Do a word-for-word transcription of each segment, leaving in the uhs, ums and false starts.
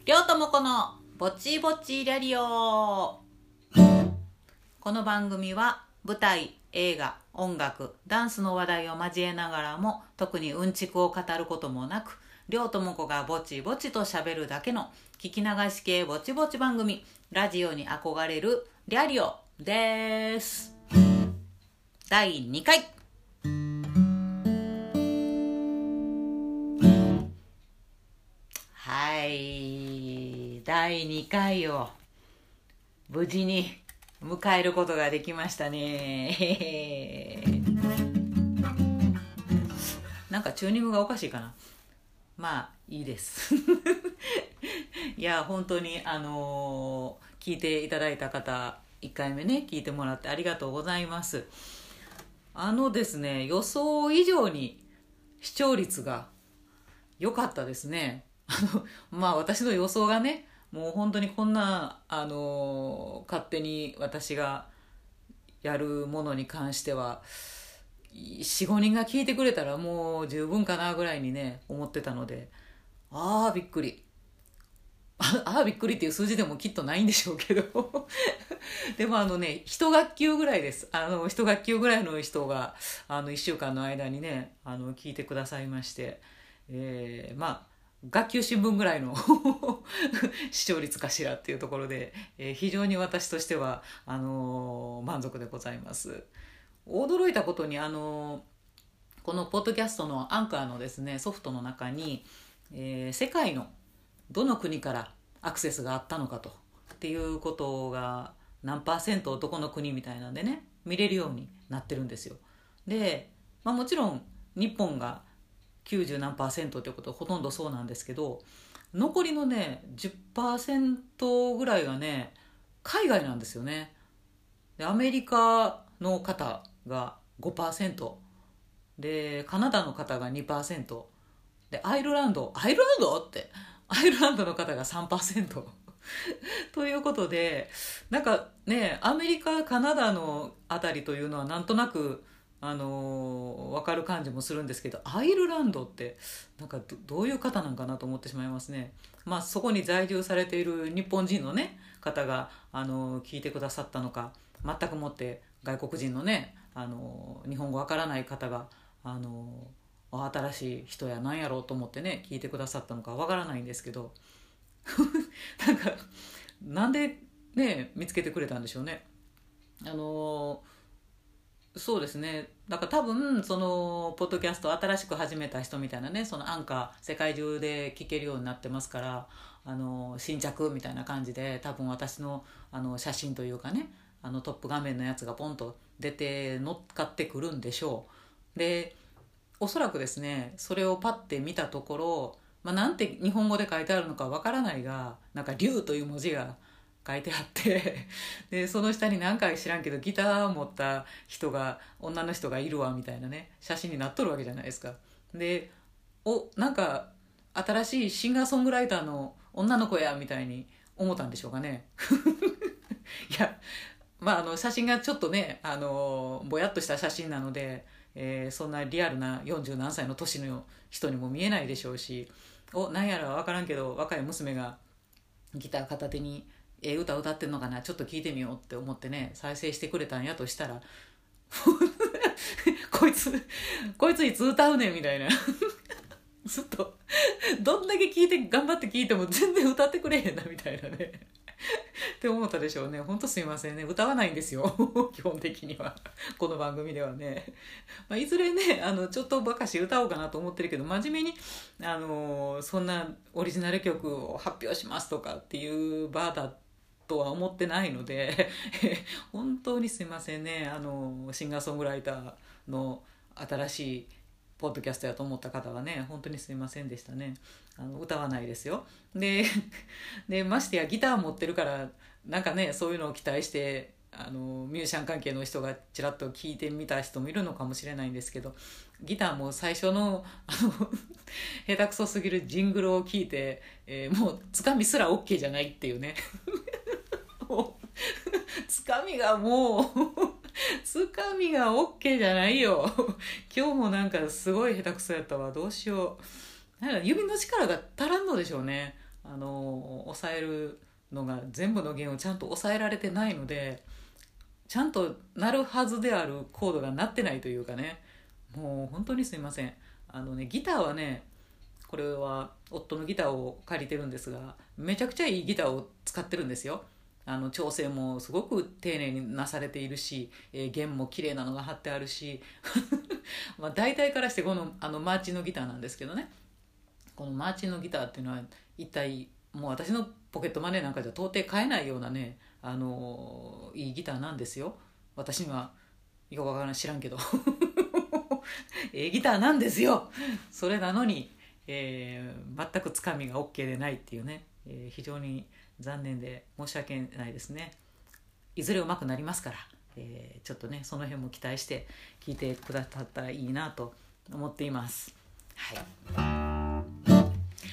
りょうともこのぼちぼちラリオ。この番組は舞台、映画、音楽、ダンスの話題を交えながらも特にうんちくを語ることもなく、りょうともこがぼちぼちと喋るだけの聞き流し系ぼちぼち番組、ラジオに憧れるリャリオです。だいにかい。はい、だいにかいを無事に迎えることができましたね。なんかチューニングがおかしいかな。まあいいですいや本当にあのー、聞いていただいた方、いっかいめね聞いてもらってありがとうございます。あのですね、予想以上に視聴率が良かったですね。あのまあ私の予想がね、もう本当にこんなあの勝手に私がやるものに関しては よん,ご 人が聞いてくれたらもう十分かなぐらいにね思ってたので、ああびっくりああびっくりっていう数字でもきっとないんでしょうけどでもあのね一学級ぐらいです。あの一学級ぐらいの人があのいっしゅうかんの間にねあの聞いてくださいまして、えー、まあ学級新聞ぐらいの視聴率かしらっていうところで、えー、非常に私としてはあのー、満足でございます。驚いたことにあのー、このポッドキャストのアンカーのですねソフトの中に、えー、世界のどの国からアクセスがあったのかとっていうことが何パーセントどこの国みたいなんでね見れるようになってるんですよ。で、まあ、もちろん日本がきゅうじゅう何パーセントということはほとんどそうなんですけど、残りのね じゅっパーセント ぐらいがね海外なんですよね。でアメリカの方が ごパーセント でカナダの方が にパーセント でアイルランドアイルランドってアイルランドの方が さんパーセント ということで、なんかねアメリカカナダのあたりというのはなんとなくあのー、分かる感じもするんですけど、アイルランドってなんか ど, どういう方なんかなと思ってしまいますね。まあそこに在住されている日本人のね方が、あのー、聞いてくださったのか、全くもって外国人のね、あのー、日本語わからない方が、あのー、新しい人やなんやろうと思ってね聞いてくださったのかわからないんですけどなんかなんでね見つけてくれたんでしょうね。あのーそうですね。だから多分そのポッドキャスト新しく始めた人みたいなね、そのアンカー世界中で聞けるようになってますから、あの新着みたいな感じで多分私のあの写真というかね、あのトップ画面のやつがポンと出て乗っかってくるんでしょう。で、おそらくですね、それをパッて見たところ、まあ、なんて日本語で書いてあるのかわからないが、なんか竜という文字が書いてあってでその下に何か知らんけどギターを持った人が女の人がいるわみたいなね写真になっとるわけじゃないですか。で、おなんか新しいシンガーソングライターの女の子やみたいに思ったんでしょうかねいやまああの写真がちょっとねあのぼやっとした写真なので、えー、そんなリアルなよんじゅう何歳の年の人にも見えないでしょうし、おなんやら分からんけど若い娘がギター片手にええ歌歌ってんのかな、ちょっと聞いてみようって思ってね再生してくれたんやとしたらこいつこいついつ歌うねんみたいなずっとどんだけ聞いて頑張って聞いても全然歌ってくれへんなみたいなねって思ったでしょうね。ほんとすいませんね、歌わないんですよ基本的にはこの番組ではね、まあ、いずれねあのちょっとばかし歌おうかなと思ってるけど、真面目にあのそんなオリジナル曲を発表しますとかっていう場だとは思ってないので本当にすいませんね。あのシンガーソングライターの新しいポッドキャストやと思った方はね本当にすいませんでしたね。あの歌わないですよ。ででましてやギター持ってるからなんかねそういうのを期待してあのミュージシャン関係の人がちらっと聞いてみた人もいるのかもしれないんですけど、ギターも最初のあの下手くそすぎるジングルを聞いて、えー、もうつかみすら OK じゃないっていうねつかみがもうつかみが OK じゃないよ今日もなんかすごい下手くそやったわ、どうしよう。なんか指の力が足らんのでしょうね。 あの抑えるのが全部の弦をちゃんと抑えられてないので、ちゃんと鳴るはずであるコードが鳴ってないというかね、もう本当にすいません。あのねギターはね、これは夫のギターを借りてるんですが、めちゃくちゃいいギターを使ってるんですよ。あの調整もすごく丁寧になされているし、えー弦も綺麗なのが貼ってあるしまあ大体からしてこのあのマーチンのギターなんですけどね、このマーチンのギターっていうのは一体もう私のポケットマネーなんかじゃ到底買えないようなね、あのーいいギターなんですよ。私にはよくわからない、知らんけどええギターなんですよ。それなのに、えー全くつかみが OK でないっていうね、えー非常に残念で申し訳ないですね。いずれ上手くなりますから、えーちょっとねその辺も期待して聞いてくださったらいいなと思っています。はい。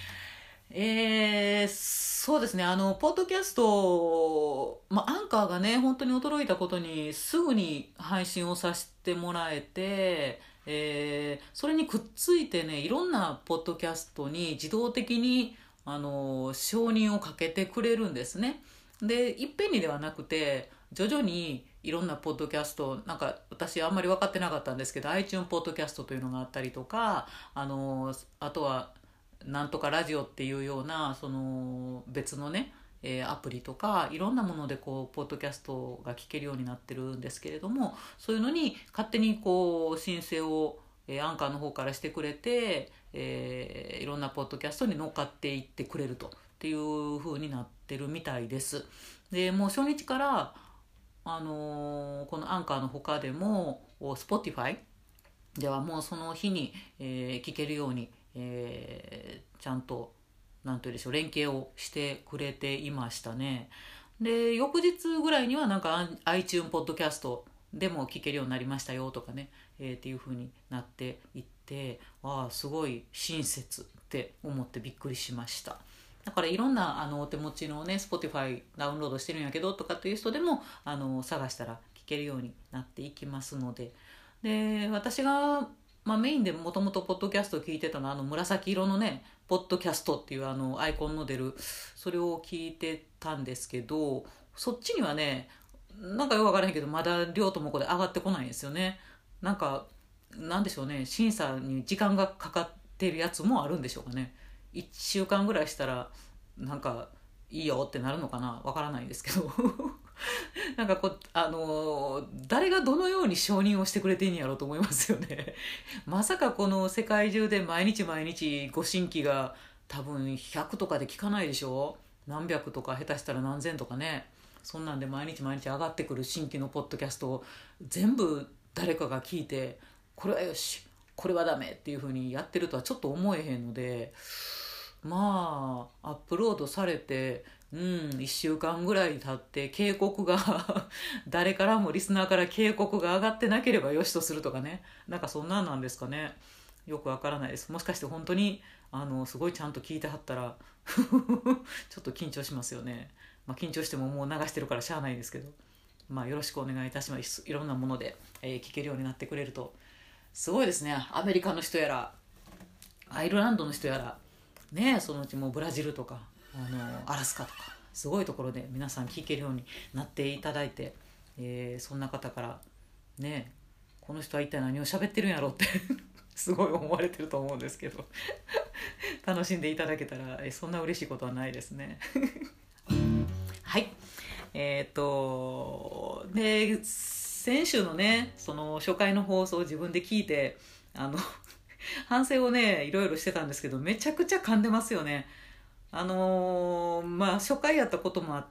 えー、そうですね、あのポッドキャスト、まあ、アンカーがね本当に驚いたことにすぐに配信をさせてもらえて、えーそれにくっついてね、いろんなポッドキャストに自動的にあの承認をかけてくれるんですね。でいっぺんにではなくて徐々にいろんなポッドキャスト、なんか私あんまり分かってなかったんですけど iTunes ポッドキャストというのがあったりとか、あのあとはなんとかラジオっていうようなその別のね、えーアプリとかいろんなものでこうポッドキャストが聞けるようになってるんですけれども、そういうのに勝手にこう申請を、えーアンカーの方からしてくれて、えーいろんなポッドキャストに乗っかっていってくれるとっていう風になってるみたいです。でもう初日からあのーこのアンカーの他でも Spotify ではもうその日に、えー聞けるように、えーちゃんとなんというでしょう、連携をしてくれていましたね。で翌日ぐらいにはなんか iTunes ポッドキャストでも聞けるようになりましたよとかね、えーっていう風になっていって、ああすごい親切って思ってびっくりしました。だからいろんなあのお手持ちのね Spotify ダウンロードしてるんやけどとかっていう人でもあの探したら聞けるようになっていきますので、で私が、まあ、メインでもともとポッドキャストを聞いてたのはあの紫色のねポッドキャストっていうあのアイコンの出るそれを聞いてたんですけど、そっちにはねなんかよくわからへんけどまだ両友子で上がってこないんですよね。なんかなんでしょうね、審査に時間がかかってるやつもあるんでしょうかね。いっしゅうかんぐらいしたらなんかいいよってなるのかな、わからないんですけどなんかこうあのー誰がどのように承認をしてくれてんやろうと思いますよねまさかこの世界中で毎日毎日ご新規が多分ひゃくとかで聞かないでしょ、何百とか下手したら何千とかね、そんなんで毎日毎日上がってくる新規のポッドキャストを全部誰かが聞いて、これはよしこれはダメっていう風にやってるとはちょっと思えへんので、まあアップロードされてうんいっしゅうかんぐらい経って警告が誰からもリスナーから警告が上がってなければよしとするとかね、なんかそんなんなんですかね、よくわからないです。もしかして本当にあのすごいちゃんと聞いてはったらちょっと緊張しますよね。まあ、緊張してももう流してるからしゃあないんですけど、まあ、よろしくお願いいたします。いろんなもので、えー聞けるようになってくれるとすごいですね。アメリカの人やらアイルランドの人やらね、そのうちもうブラジルとかあのアラスカとかすごいところで皆さん聞けるようになっていただいて、えーそんな方からね、この人は一体何を喋ってるんやろうってすごい思われてると思うんですけど楽しんでいただけたらえそんな嬉しいことはないですねはいえっ、とで先週のねその初回の放送を自分で聞いてあの反省をねいろいろしてたんですけど、めちゃくちゃ噛んでますよね。あのーまあ初回やったこともあって、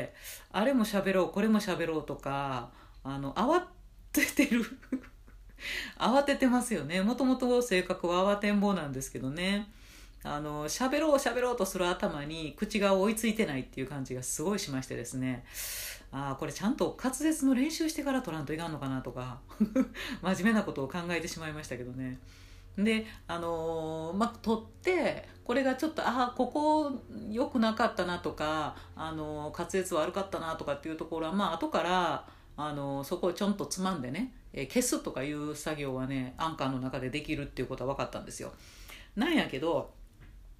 あれも喋ろうこれも喋ろうとか、あの慌ててる慌ててますよね。もともと性格は慌てんぼうなんですけどね、あの喋ろう喋ろうとする頭に口が追いついてないっていう感じがすごいしましてですね、ああこれちゃんと滑舌の練習してから取らんといかんのかなとか真面目なことを考えてしまいましたけどね。であのーまあ取ってこれがちょっとああここ良くなかったなとか、あのー滑舌悪かったなとかっていうところはまあ後からあのーそこをちょんとつまんでね、えー消すとかいう作業はねアンカーの中でできるっていうことは分かったんですよ。なんやけど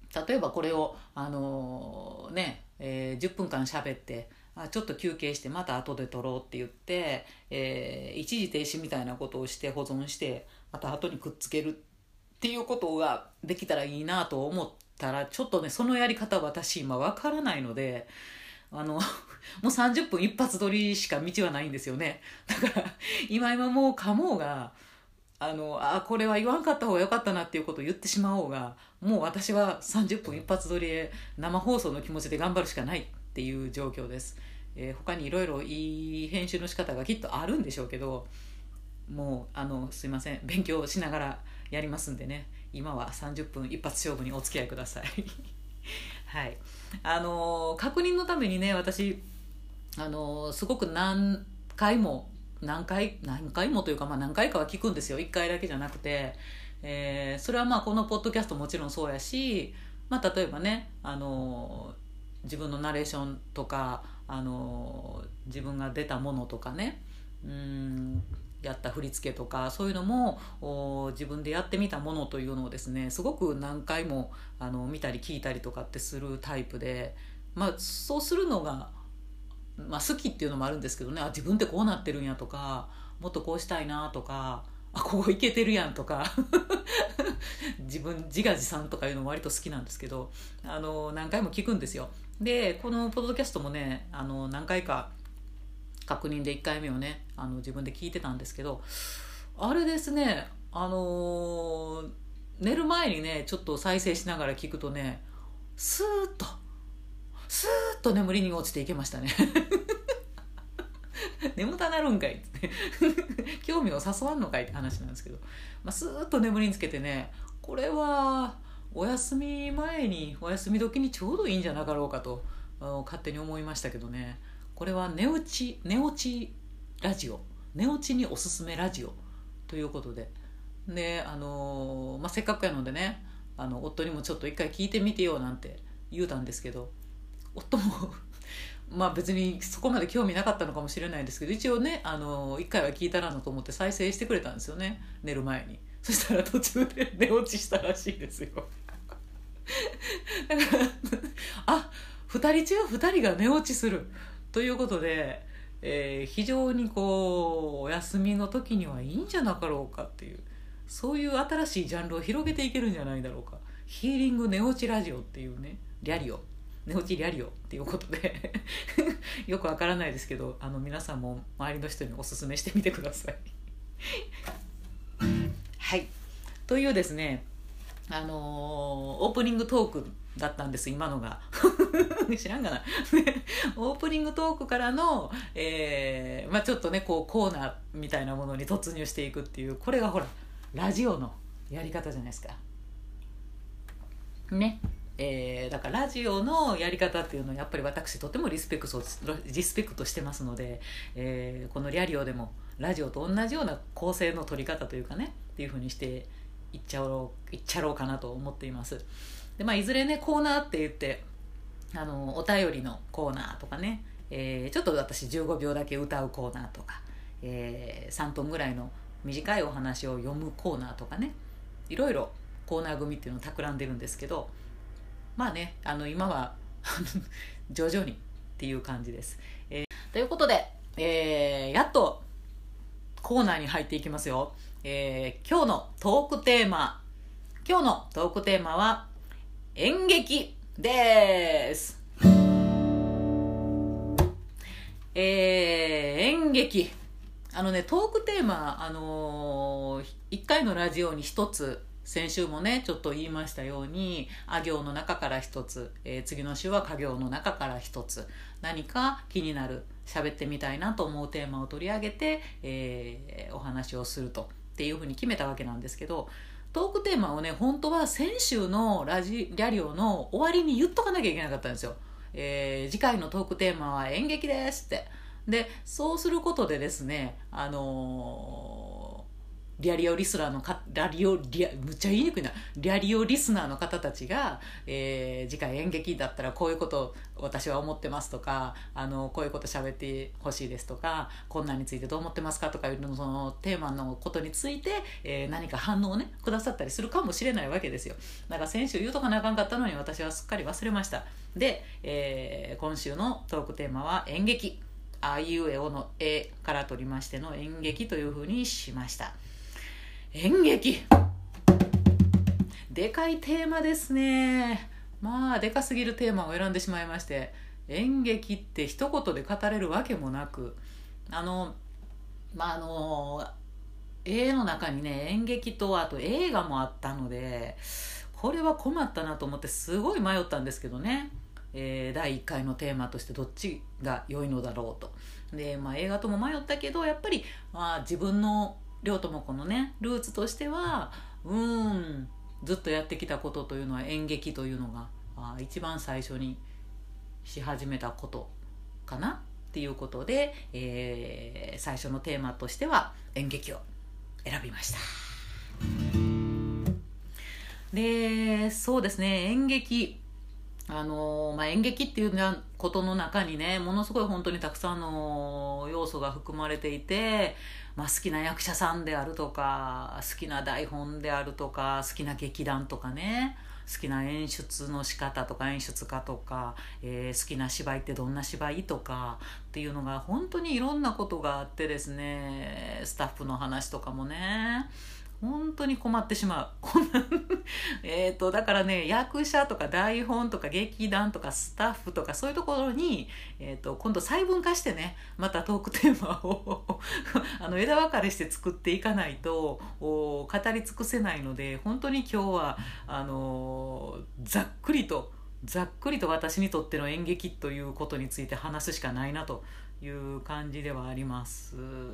例えばこれをあのーね、えーじゅっぷんかん喋ってあちょっと休憩してまた後で撮ろうって言って、えー一時停止みたいなことをして保存してまた後にくっつけるっていうことができたらいいなと思ったら、ちょっとねそのやり方私今わからないので、あのもうさんじゅっぷん一発撮りしか道はないんですよね。だから今今もうかもうがあのあこれは言わんかった方が良かったなっていうことを言ってしまおうが、もう私はさんじゅっぷん一発撮りで生放送の気持ちで頑張るしかないっていう状況です。えー他にいろいろいい編集の仕方がきっとあるんでしょうけど、もうあのすいません、勉強しながらやりますんでね、今はさんじゅっぷん一発勝負にお付き合いくださいはい、あのー確認のためにね私、あのーすごく何回も何回何回もというか、まあ、何回かは聞くんですよ、いっかいだけじゃなくて、えーそれはまあこのポッドキャストもちろんそうやし、まあ、例えばね、あのー自分のナレーションとか、あのー自分が出たものとかね、うーんやった振り付けとかそういうのもお自分でやってみたものというのをですねすごく何回もあの見たり聞いたりとかってするタイプで、まあ、そうするのが、まあ、好きっていうのもあるんですけどね、あ自分ってこうなってるんやとか、もっとこうしたいなとか、あここいけてるやんとか自分自画自賛とかいうのも割と好きなんですけど、あの何回も聞くんですよ。でこのポッドキャストもねあの何回か確認でいっかいめをねあの自分で聞いてたんですけど、あれですね、あのー寝る前にねちょっと再生しながら聞くとね、スーッとスーッと眠りに落ちていけましたね眠たなるんかいって興味を誘わんのかいって話なんですけど、まあ、スーッと眠りにつけてね、これはお休み前にお休み時にちょうどいいんじゃなかろうかと勝手に思いましたけどね。これは寝落ち寝落ちラジオ、寝落ちにおすすめラジオということで、であのーまあ、せっかくやのでね、あの夫にもちょっと一回聞いてみてよなんて言うたんですけど、夫もまあ別にそこまで興味なかったのかもしれないんですけど、一応ね、あのー、一回は聞いたらなと思って再生してくれたんですよね、寝る前に。そしたら途中で寝落ちしたらしいですよだからあふたり中ふたりが寝落ちするということで、えー非常にこうお休みの時にはいいんじゃなかろうかっていう、そういう新しいジャンルを広げていけるんじゃないだろうか。ヒーリング寝落ちラジオっていうね、リャリオ寝落ちリャリオっていうことでよくわからないですけど、あの皆さんも周りの人におすすめしてみてくださいはいというですね、あのーオープニングトークだったんです今のが知らんがなオープニングトークからの、えーまあ、ちょっとねこうコーナーみたいなものに突入していくっていう、これがほらラジオのやり方じゃないですかね。えーだからラジオのやり方っていうのはやっぱり私とてもリスペクトリスペクトしてますので、えーこのリャリオでもラジオと同じような構成の取り方というかねっていう風にしていっちゃろういっちゃろうかなと思っています。で、まあ、いずれねコーナーって言ってあのお便りのコーナーとかね、えーちょっと私じゅうごびょうだけ歌うコーナーとか、えーさんぷんぐらいの短いお話を読むコーナーとかね、いろいろコーナー組っていうのを企んでるんですけど、まあねあの今は徐々にっていう感じです、えーということで、えーやっとコーナーに入っていきますよ。えー今日のトークテーマ今日のトークテーマは演劇です。えー、演劇あのねトークテーマ、あのー、いっかいのラジオにひとつ、先週もねちょっと言いましたようにあ行の中からひとつ、えー、次の週はか行の中からひとつ、何か気になる喋ってみたいなと思うテーマを取り上げて、えー、お話をするとっていうふうに決めたわけなんですけど、トークテーマをね本当は先週のラジリャリオの終わりに言っとかなきゃいけなかったんですよ。えー次回のトークテーマは演劇ですって。でそうすることでですね、あのリアリオリスナーのかラリオリアむっちゃ言いにくいなリアリオリスナーの方たちが、えー、次回演劇だったらこういうこと私は思ってますとか、あのこういうこと喋ってほしいですとか、こんなについてどう思ってますかとかいうのそのテーマのことについて、えー、何か反応をねくださったりするかもしれないわけですよ。だから先週言うとかなあかんかったのに私はすっかり忘れました。で、えー、今週のトークテーマは演劇、あいうえおのえから取りましての演劇というふうにしました。演劇でかいテーマですね。まあでかすぎるテーマを選んでしまいまして、演劇って一言で語れるわけもなく、あのまああの絵の中にね演劇とあと映画もあったので、これは困ったなと思ってすごい迷ったんですけどね、えー、だいいっかいのテーマとしてどっちが良いのだろうと。で、まあ、映画とも迷ったけどやっぱり、まあ、自分の両友子のねルーツとしてはうーんずっとやってきたことというのは演劇というのがあ一番最初にし始めたことかなっていうことで、えー、最初のテーマとしては演劇を選びました。で、そうですね、演劇あのまあ、演劇っていうことの中にねものすごい本当にたくさんの要素が含まれていて、まあ、好きな役者さんであるとか好きな台本であるとか好きな劇団とかね、好きな演出の仕方とか演出家とか、えー、好きな芝居ってどんな芝居とかっていうのが本当にいろんなことがあってですね、スタッフの話とかもね本当に困ってしまうえとだからね役者とか台本とか劇団とかスタッフとかそういうところに、えー、と今度細分化してねまたトークテーマをあの枝分かれして作っていかないと語り尽くせないので、本当に今日はあのー、ざっくりとざっくりと私にとっての演劇ということについて話すしかないなという感じではあります。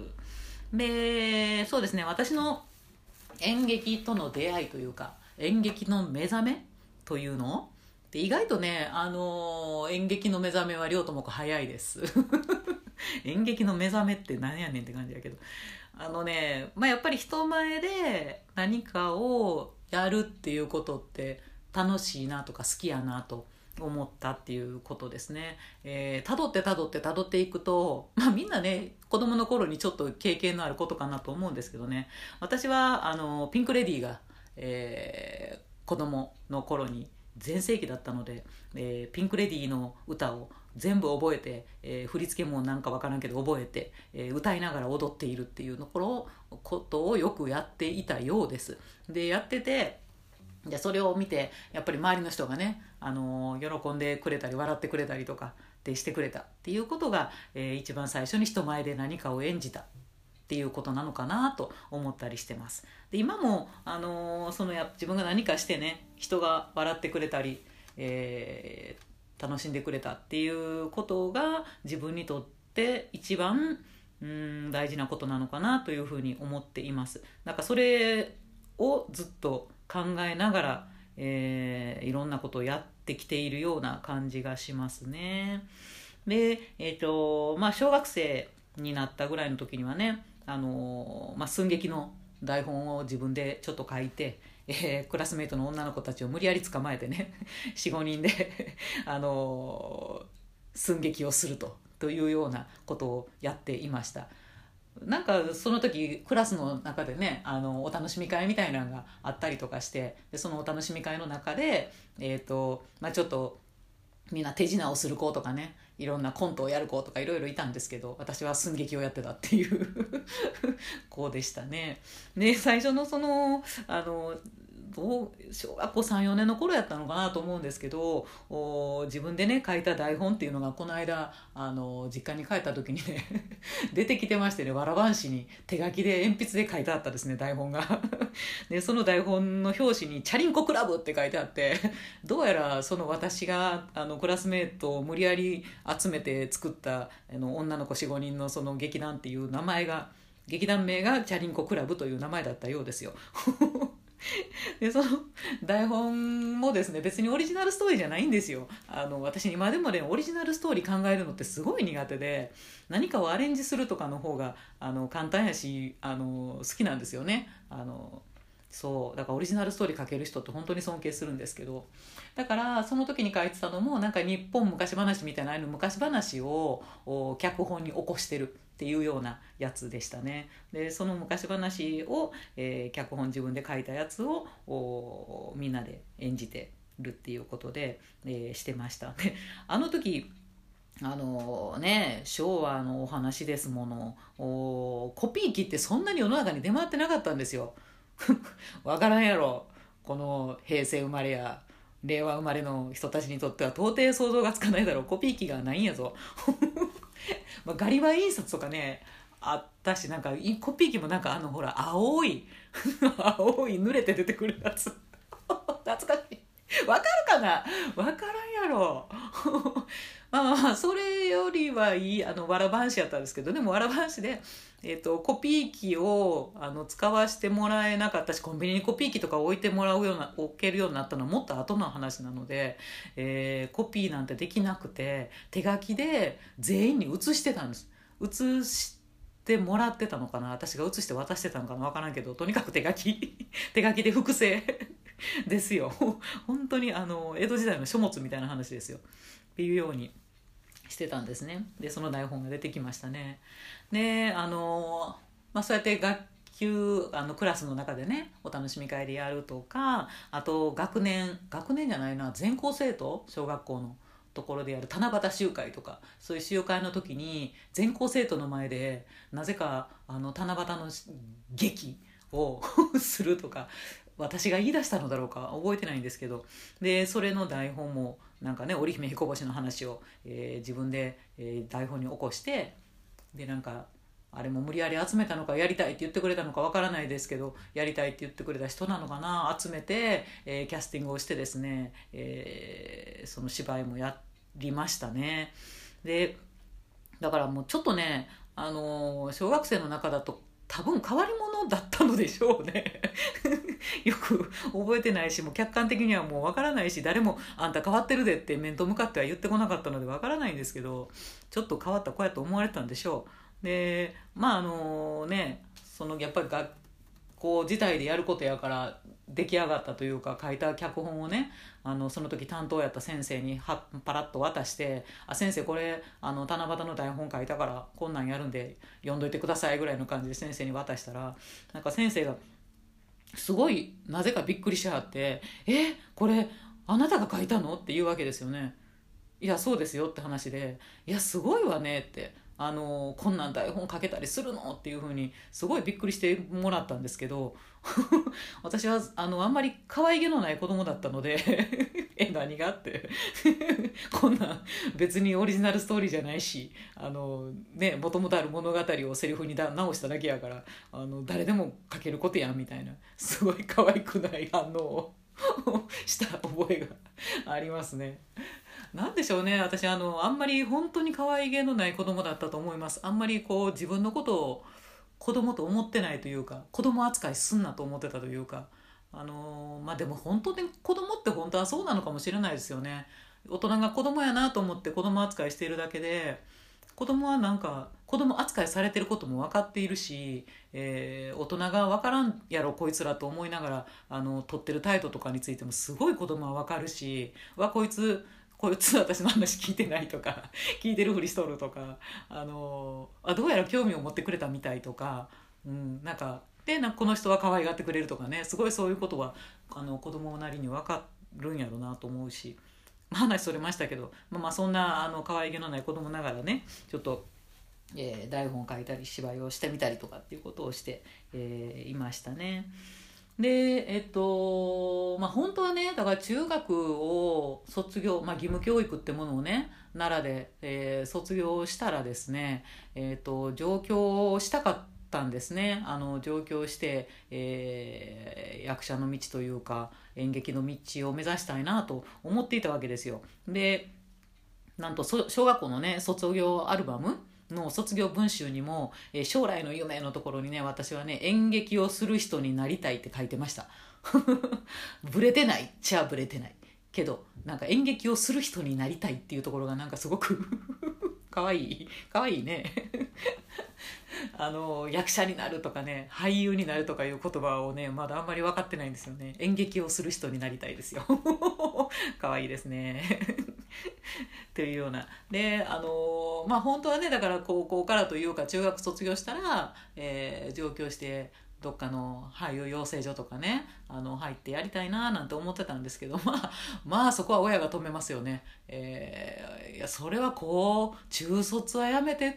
で、そうですね、私の演劇との出会いというか演劇の目覚めというので意外とね、あのー、演劇の目覚めは両友子早いです演劇の目覚めって何やねんって感じだけど、あのね、まあ、やっぱり人前で何かをやるっていうことって楽しいなとか好きやなと思ったっていうことですね。えー、辿って辿って辿っていくと、まあ、みんなね子供の頃にちょっと経験のあることかなと思うんですけどね、私はあのピンク・レディーが、えー、子供の頃に全盛期だったので、えー、ピンク・レディーの歌を全部覚えて、えー、振り付けもなんかわからんけど覚えて、えー、歌いながら踊っているっていうところことをよくやっていたようです。でやってて、でそれを見てやっぱり周りの人がね、あのー、喜んでくれたり笑ってくれたりとかでしてくれたっていうことが、えー、一番最初に人前で何かを演じたっていうことなのかなと思ったりしてます。で今も、あのー、そのや自分が何かしてね人が笑ってくれたり、えー、楽しんでくれたっていうことが自分にとって一番うーん大事なことなのかなというふうに思っています。なんかそれをずっと考えながら、えー、いろんなことをやってきているような感じがしますね。で、えーとまあ、小学生になったぐらいの時にはね、あのーまあ、寸劇の台本を自分でちょっと書いて、えー、クラスメートの女の子たちを無理やり捕まえてねよん、ごにんであのー、寸劇をすると、というようなことをやっていました。なんかその時クラスの中でね、あのお楽しみ会みたいなのがあったりとかして、でそのお楽しみ会の中で、えーとまあ、ちょっとみんな手品をする子とかね、いろんなコントをやる子とかいろいろいたんですけど、私は寸劇をやってたっていう子でしたね。で最初のそのあのどう小学校さん、よねんの頃やったのかなと思うんですけど、お自分でね書いた台本っていうのがこの間あの実家に帰った時にね出てきてましてね、わらばんしに手書きで鉛筆で書いてあったですね、台本がでその台本の表紙にチャリンコクラブって書いてあって、どうやらその私があのクラスメートを無理やり集めて作ったあの女の子 よん、ごにんのその劇団っていう名前が、劇団名がチャリンコクラブという名前だったようですよでその台本もですね別にオリジナルストーリーじゃないんですよ。あの私今でもねオリジナルストーリー考えるのってすごい苦手で、何かをアレンジするとかの方があの簡単やしあの好きなんですよね。あのそうだからオリジナルストーリー書ける人って本当に尊敬するんですけど、だからその時に書いてたのもなんか日本昔話みたいなああいうの昔話をお脚本に起こしてるっていうようなやつでしたね。でその昔話を、えー脚本自分で書いたやつをおみんなで演じてるっていうことで、えーしてました。であの時あのね昭和のお話ですもの、おコピー機ってそんなに世の中に出回ってなかったんですよ。わからんやろ、この平成生まれや令和生まれの人たちにとっては到底想像がつかないだろう、コピー機がないんやぞ。まあガリバー印刷とかねあったし、なんかいコピー機もなんかあのほら青い青い濡れて出てくるやつ懐かしい。わかるかな、わからんやろ。まあまあまあそれよりはいいあのわらばんしやったんですけど、でもわらばんしで、えー、とコピー機をあの使わせてもらえなかったし、コンビニにコピー機とか置いてもらうような置けるようになったのはもっと後の話なので、えーコピーなんてできなくて手書きで全員に写してたんです。写してもらってたのかな、私が写して渡してたのかな、分からんけど、とにかく手書き手書きで複製ですよ。本当にあの江戸時代の書物みたいな話ですよっていうようにしてたんですね。でその台本が出てきましたね。であの、まあ、そうやって学級あのクラスの中でねお楽しみ会でやるとか、あと学年学年じゃないな全校生徒小学校のところでやる七夕集会とか、そういう集会の時に全校生徒の前でなぜかあの七夕の劇をするとか、私が言い出したのだろうか覚えてないんですけど、でそれの台本もなんかね織姫彦星の話を、えー自分で、えー台本に起こして、でなんかあれも無理やり集めたのかやりたいって言ってくれたのかわからないですけど、やりたいって言ってくれた人なのかな、集めて、えーキャスティングをしてですね、えーその芝居もやりましたね。でだからもうちょっとね、あのー小学生の中だと多分変わり者だったのでしょうね。よく覚えてないし、もう客観的にはもうわからないし、誰もあんた変わってるでって面と向かっては言ってこなかったのでわからないんですけど、ちょっと変わった子やと思われてたんでしょう。でまああのねそのやっぱり学校自体でやることやから出来上がったというか、書いた脚本をねあのその時担当やった先生にはパラッと渡して「あ先生これあの七夕の台本書いたからこんなんやるんで読んどいてください」ぐらいの感じで先生に渡したら、なんか先生がすごいなぜかびっくりしはって「えこれあなたが書いたの?」って言うわけですよね。いやそうですよって話で、いやすごいわねって、あのこんなん台本書けたりするのっていう風にすごいびっくりしてもらったんですけど私はあのあんまり可愛げのない子供だったのでえ何がってこんなん別にオリジナルストーリーじゃないし、あのね元々ある物語をセリフにだ直しただけやから、あの誰でも書けることやんみたいな、すごい可愛くない反応をした覚えがありますね。なんでしょうね、私あのあんまり本当に可愛げのない子供だったと思います。あんまりこう自分のことを子供と思ってないというか、子供扱いすんなと思ってたというか、あのまあでも本当に子供って本当はそうなのかもしれないですよね。大人が子供やなと思って子供扱いしているだけで、子供はなんか子供扱いされてることも分かっているし、えー大人が分からんやろこいつらと思いながらあの取ってる態度とかについてもすごい子供は分かるし、わこいつこいつ私の話聞いてないとか聞いてるふりしとるとか、あのあどうやら興味を持ってくれたみたいとか、うん、なんかでなんかこの人は可愛がってくれるとかね、すごいそういうことはあの子供なりに分かるんやろうなと思うし、まあ話それましたけど、まあ、まあそんなあの可愛げのない子供ながらねちょっと、えー台本を書いたり芝居をしてみたりとかっていうことをして、えーいましたね。でえっとまあ本当はねだから中学を卒業、まあ、義務教育ってものをね奈良で、えー卒業したらですね、えっと上京をしたかったんですね。あの上京して、えー役者の道というか演劇の道を目指したいなと思っていたわけですよ。でなんとそ小学校のね卒業アルバムの卒業文集にも、えー将来の夢のところにね、私はね、演劇をする人になりたいって書いてました。ブレてないっちゃブレてないけど、なんか演劇をする人になりたいっていうところがなんかすごくかわいいかわいいね。あの役者になるとかね、俳優になるとかいう言葉をね、まだあんまり分かってないんですよね。演劇をする人になりたいですよ。かわいいですね。というようなで、あのまあ本当はね、だから高校からというか中学卒業したら、えー上京してどっかの俳優養成所とかね、あの入ってやりたいななんて思ってたんですけど、まあまあそこは親が止めますよね。えーいやそれはこう中卒はやめてって。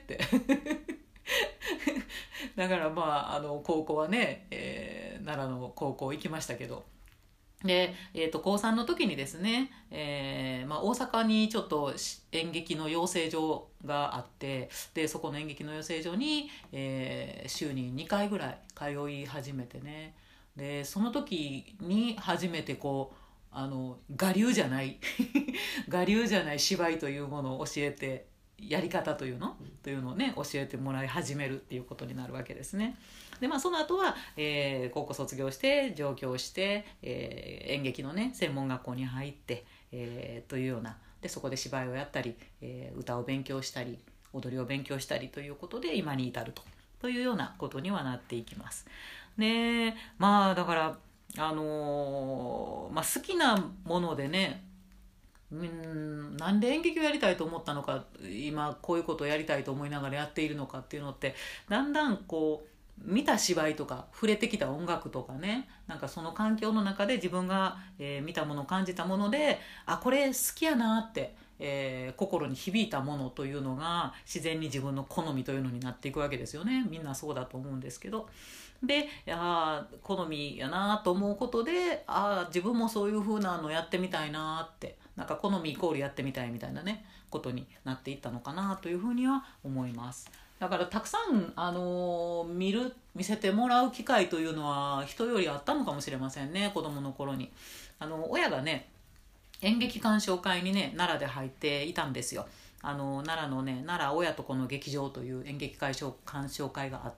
だからまああの高校はね、えー奈良の高校行きましたけど、で、えー、と高さんの時にですね、えーまあ、大阪にちょっとし演劇の養成所があって、でそこの演劇の養成所に、えー週ににかいぐらい通い始めてね、でその時に初めてこうあの我流じゃない我流じゃない芝居というものを教えて、やり方というのというのをね教えてもらい始めるっていうことになるわけですね。でまあその後は、えー高校卒業して上京して、えー演劇のね専門学校に入って、えーというようなでそこで芝居をやったり、えー歌を勉強したり踊りを勉強したりということで今に至るとというようなことにはなっていきます。でまあだからあのーまあ、好きなものでね、うーんなんで演劇をやりたいと思ったのか、今こういうことをやりたいと思いながらやっているのかっていうのって、だんだんこう見た芝居とか触れてきた音楽とかね、なんかその環境の中で自分が、えー見たもの感じたもので、あこれ好きやなって、えー心に響いたものというのが自然に自分の好みというのになっていくわけですよね。みんなそうだと思うんですけど、であー好みやなと思うことで、あー自分もそういう風なのやってみたいなって、なんか好みイコールやってみたいみたいなねことになっていったのかなというふうには思います。だからたくさん、あのー見る見せてもらう機会というのは人よりあったのかもしれませんね、子供の頃に。あの親がね演劇鑑賞会にね奈良で入っていたんですよ。あの奈良のね奈良親と子の劇場という演劇鑑賞鑑賞会があって、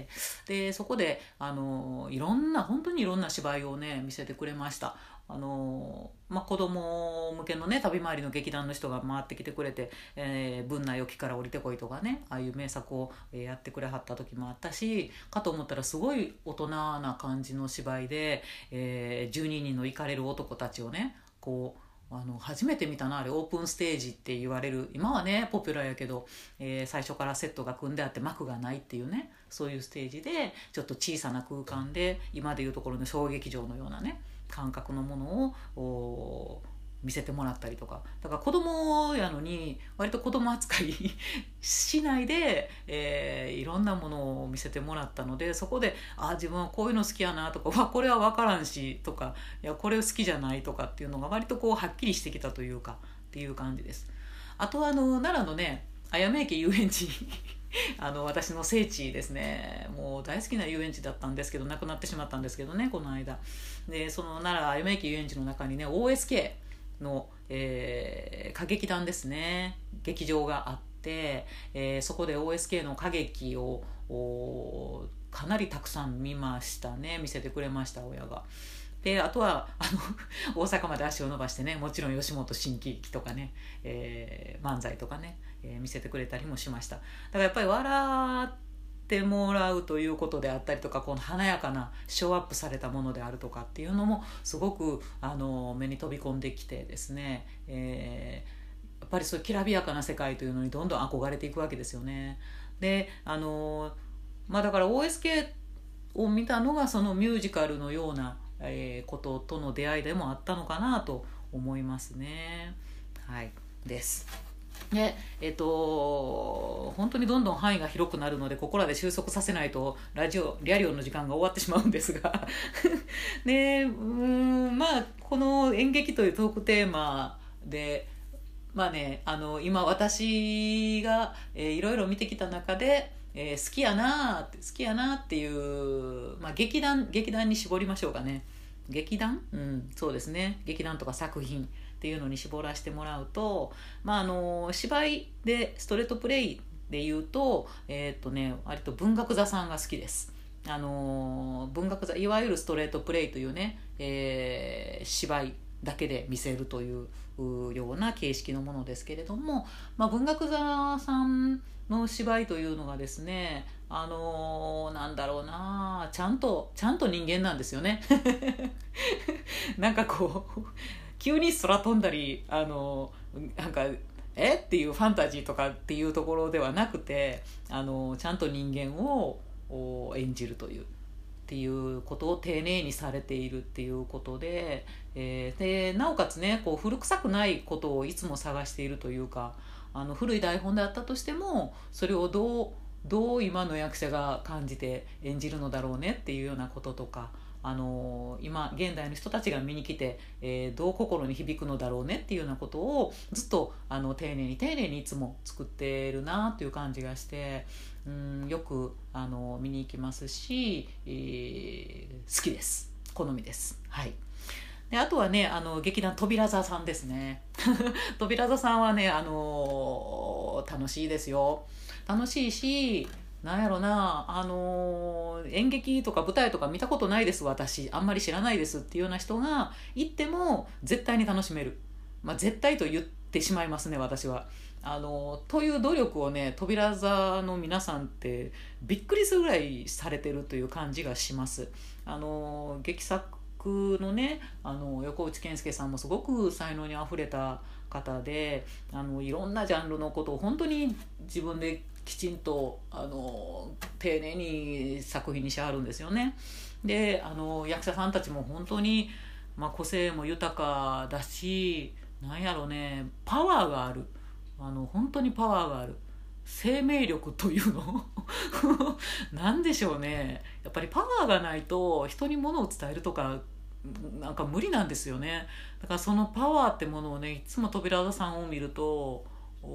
でそこであのいろんな本当にいろんな芝居をね見せてくれました。あのまあ、子供向けのね旅回りの劇団の人が回ってきてくれて「えー、文内沖から降りてこい」とかね、ああいう名作を、えーやってくれはった時もあったし、かと思ったらすごい大人な感じの芝居で、えー、じゅうににんのイカれる男たちをねこうあの初めて見たな、あれオープンステージって言われる、今はねポピュラーやけど、えー最初からセットが組んであって幕がないっていうね、そういうステージでちょっと小さな空間で今でいうところの小劇場のようなね感覚のものをお見せてもらったりとか、だから子供やのに割と子供扱いしないで、えーいろんなものを見せてもらったので、そこであ自分はこういうの好きやなとか、わこれは分からんしとか、いやこれ好きじゃないとかっていうのが割とこうはっきりしてきたというかっていう感じです。あとはあの奈良のねあやめ駅遊園地あの私の聖地ですね。もう大好きな遊園地だったんですけど、なくなってしまったんですけどねこの間で、その奈良あやめ駅遊園地の中にね オーエスケー の、えー歌劇団ですね、劇場があって、えーそこで オーエスケー の歌劇をおかなりたくさん見ましたね。見せてくれました親が。であとはあの大阪まで足を伸ばしてね、もちろん吉本新喜劇とかね、えー漫才とかね、えー見せてくれたりもしました。だからやっぱり笑ってもらうということであったりとか、この華やかなショーアップされたものであるとかっていうのもすごくあの目に飛び込んできてですね、えーやっぱりそういうきらびやかな世界というのにどんどん憧れていくわけですよね。であのまあだから オーエスケー を見たのがそのミュージカルのような、えーこととの出会いでもあったのかなと思いますね。はいですでえっ、と本当にどんどん範囲が広くなるので、ここらで収束させないとラジオリアリオの時間が終わってしまうんですがでうーんまあこの演劇というトークテーマでまあね、あの今私が、えーいろいろ見てきた中で、えー好きやなーって好きやなっていう、まあ、劇団劇団に絞りましょうかね。劇団、うん、そうですね、劇団とか作品っていうのに絞らせてもらうと、まあ、あの芝居でストレートプレイで言うと、えーっとね、割と文学座さんが好きです。あの文学座、いわゆるストレートプレイというね、えー芝居だけで見せるというような形式のものですけれども、まあ、文学座さんの芝居というのがですね、あのなんだろうな、ちゃんとちゃんと人間なんですよね。なんかこう急に空飛んだり、あのなんかえっていうファンタジーとかっていうところではなくて、あのちゃんと人間を演じるというっていうことを丁寧にされているっていうことで、えー、でなおかつね、こう古臭くないことをいつも探しているというか、あの古い台本であったとしてもそれをどうどう今の役者が感じて演じるのだろうねっていうようなこととか、あのー今現代の人たちが見に来て、えーどう心に響くのだろうねっていうようなことをずっとあの丁寧に丁寧にいつも作ってるなっていう感じがして、うん、よくあの見に行きますし、えー好きです、好みです。はい。であとはね、あの劇団扉座さんですね。扉座さんはね、あのー楽しいですよ。楽しいし、なんやろな、あのー演劇とか舞台とか見たことないです、私あんまり知らないですっていうような人が行っても絶対に楽しめる。まあ絶対と言ってしまいますね、私は。あのーという努力をね、扉座の皆さんってびっくりするぐらいされてるという感じがします。あのー劇作のね、あの横内健介さんもすごく才能にあふれた方で、あのいろんなジャンルのことを本当に自分できちんとあの丁寧に作品にしはるんですよね。であの役者さんたちも本当に、まあ、個性も豊かだし、なんやろね、パワーがある、あの本当にパワーがある生命力というのなんでしょうね、やっぱりパワーがないと人に物を伝えるとかなんか無理なんですよね。だからそのパワーってものをね、いつも扉田さんを見ると、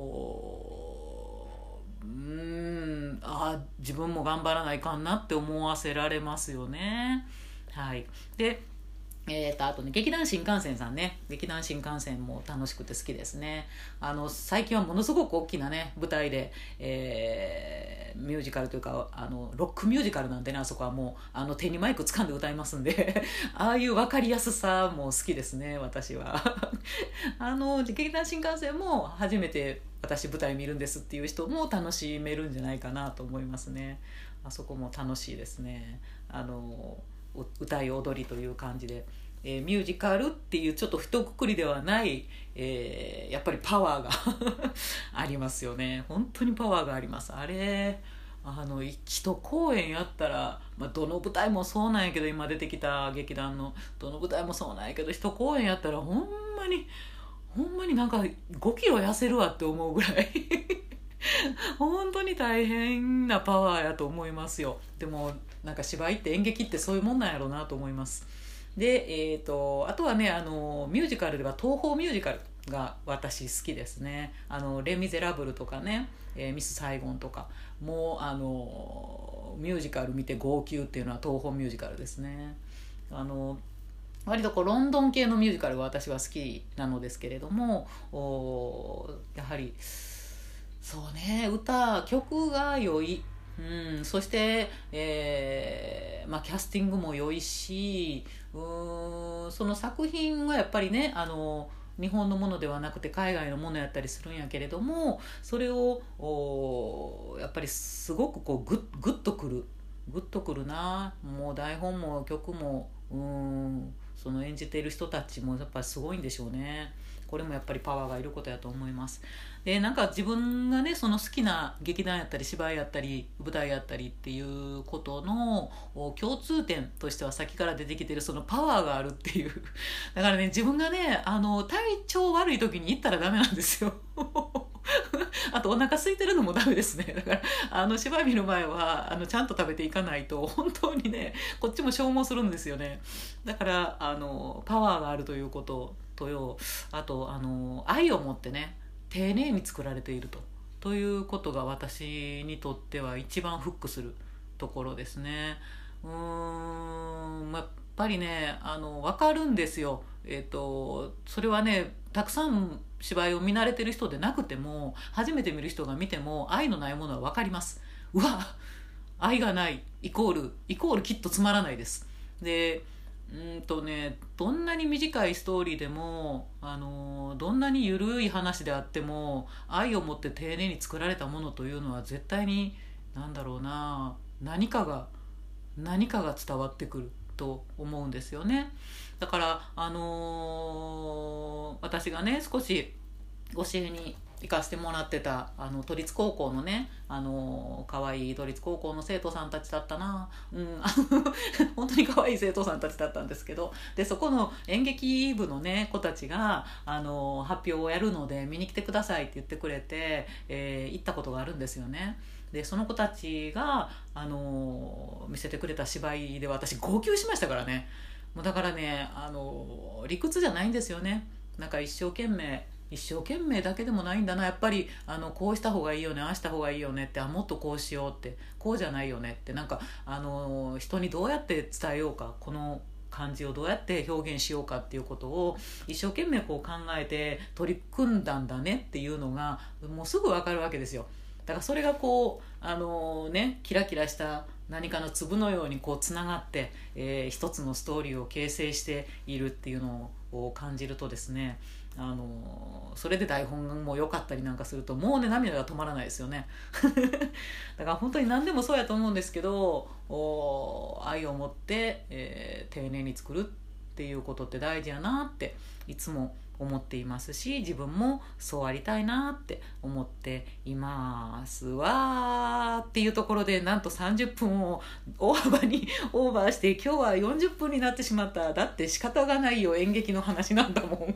おうーんあ自分も頑張らないかんなって思わせられますよね。はい。でえー、とあとね、劇団新幹線さんね、劇団新幹線も楽しくて好きですね。あの最近はものすごく大きなね舞台で、えーミュージカルというか、あのロックミュージカルなんでね、あそこはもうあの手にマイク掴んで歌いますんでああいう分かりやすさも好きですね、私は。あの劇団新幹線も初めて私舞台見るんですっていう人も楽しめるんじゃないかなと思いますね。あそこも楽しいですね。あの歌い踊りという感じで、えーミュージカルっていうちょっと一括りではない、えーやっぱりパワーがありますよね。本当にパワーがあります。あれあの一公演やったら、まあ、どの舞台もそうなんやけど、今出てきた劇団のどの舞台もそうなんやけど、一公演やったらほんまにほんまになんかごキロ痩せるわって思うぐらい本当に大変なパワーやと思いますよ。でもなんか芝居って演劇ってそういうもんなんやろうなと思います。で、えー、とあとはね、あのミュージカルでは東宝ミュージカルが私好きですね。あのレ・ミゼラブルとかね、えーミス・サイゴンとか、もうあのミュージカル見て号泣っていうのは東宝ミュージカルですね。あの割とこうロンドン系のミュージカルが私は好きなのですけれども、おやはりそうね、歌曲が良い、うん、そして、えーまあ、キャスティングも良いし、うーんその作品はやっぱりね、あの日本のものではなくて海外のものやったりするんやけれども、それをおやっぱりすごくこうグッグッとくるグッとくるな。もう台本も曲も、うーんその演じている人たちもやっぱりすごいんでしょうね。これもやっぱりパワーがいることやと思います。でなんか自分がね、その好きな劇団やったり芝居やったり舞台やったりっていうことの共通点としては、先から出てきてるそのパワーがあるっていうだからね、自分がね、あの体調悪い時に行ったらダメなんですよあとお腹空いてるのもダメですね。だからあの芝居見る前はあのちゃんと食べていかないと本当にね、こっちも消耗するんですよね。だからあのパワーがあるということとよ、あとあの愛を持ってね、丁寧に作られているとということが私にとっては一番フックするところですね。うーんやっぱりね、あの分かるんですよ。 えーと、それはねたくさん芝居を見慣れてる人でなくても初めて見る人が見ても愛のないものは分かります。うわ愛がないイコールイコールきっとつまらないです。でうんとねどんなに短いストーリーでも、あのどんなに緩い話であっても愛を持って丁寧に作られたものというのは絶対になんだろうな何かが何かが伝わってくると思うんですよね。だから、あのー私がね少し教えに行かせてもらってたあの都立高校のね、あのー、可愛い都立高校の生徒さんたちだったな、うん、本当に可愛い生徒さんたちだったんですけど、でそこの演劇部のね子たちが、あのー発表をやるので見に来てくださいって言ってくれて、えー行ったことがあるんですよね。でその子たちが、あのー見せてくれた芝居で私号泣しましたからね。もうだからね、あのー理屈じゃないんですよね。なんか一生懸命一生懸命だけでもないんだな、やっぱりあのこうした方がいいよね、ああした方がいいよねって、あもっとこうしようって、こうじゃないよねって、なんかあのー人にどうやって伝えようか、この感じをどうやって表現しようかっていうことを一生懸命こう考えて取り組んだんだねっていうのがもうすぐ分かるわけですよ。だからそれがこうあのねキラキラした何かの粒のようにこうつながって、えー一つのストーリーを形成しているっていうのを感じるとですね、あのそれで台本も良かったりなんかするともうね涙が止まらないですよね。だから本当に何でもそうやと思うんですけど、お愛を持って、えー丁寧に作るっていうことって大事やなっていつも思っていますし、自分もそうありたいなって思っていますわっていうところで、なんとさんじゅっぷんを大幅にオーバーして今日はよんじゅっぷんになってしまった。だって仕方がないよ、演劇の話なんだもん。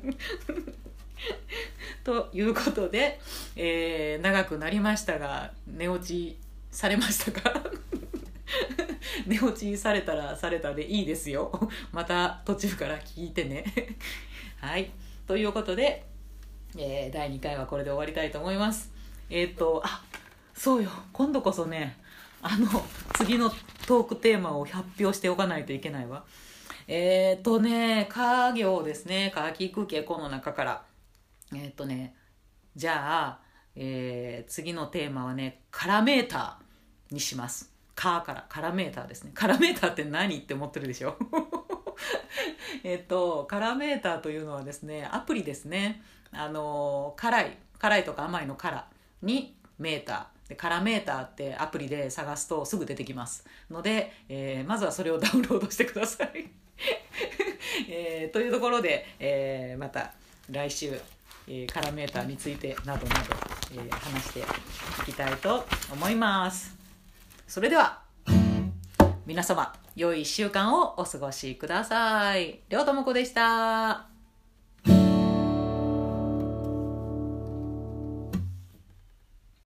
ということで、えー長くなりましたが寝落ちされましたか？寝落ちされたらされたでいいですよ。また途中から聞いてね。はい、ということで、えーだいにかいはこれで終わりたいと思います。えっ、とあそうよ、今度こそねあの次のトークテーマを発表しておかないといけないわ。えっ、とね家業ですね、夏季空気エコの中からえっ、とねじゃあ、えー次のテーマはねカラメーターにします。カーからカラメーターですね。カラメーターって何って思ってるでしょ。えっとカラメーターというのはですねアプリですね。あの辛い辛いとか甘いの辛にメーターでカラメーターってアプリで探すとすぐ出てきますので、えーまずはそれをダウンロードしてください。えーというところで、えーまた来週、えーカラメーターについてなどなど、えー話していきたいと思います。それでは皆様良いいっしゅうかんをお過ごしください。りょうともこでした。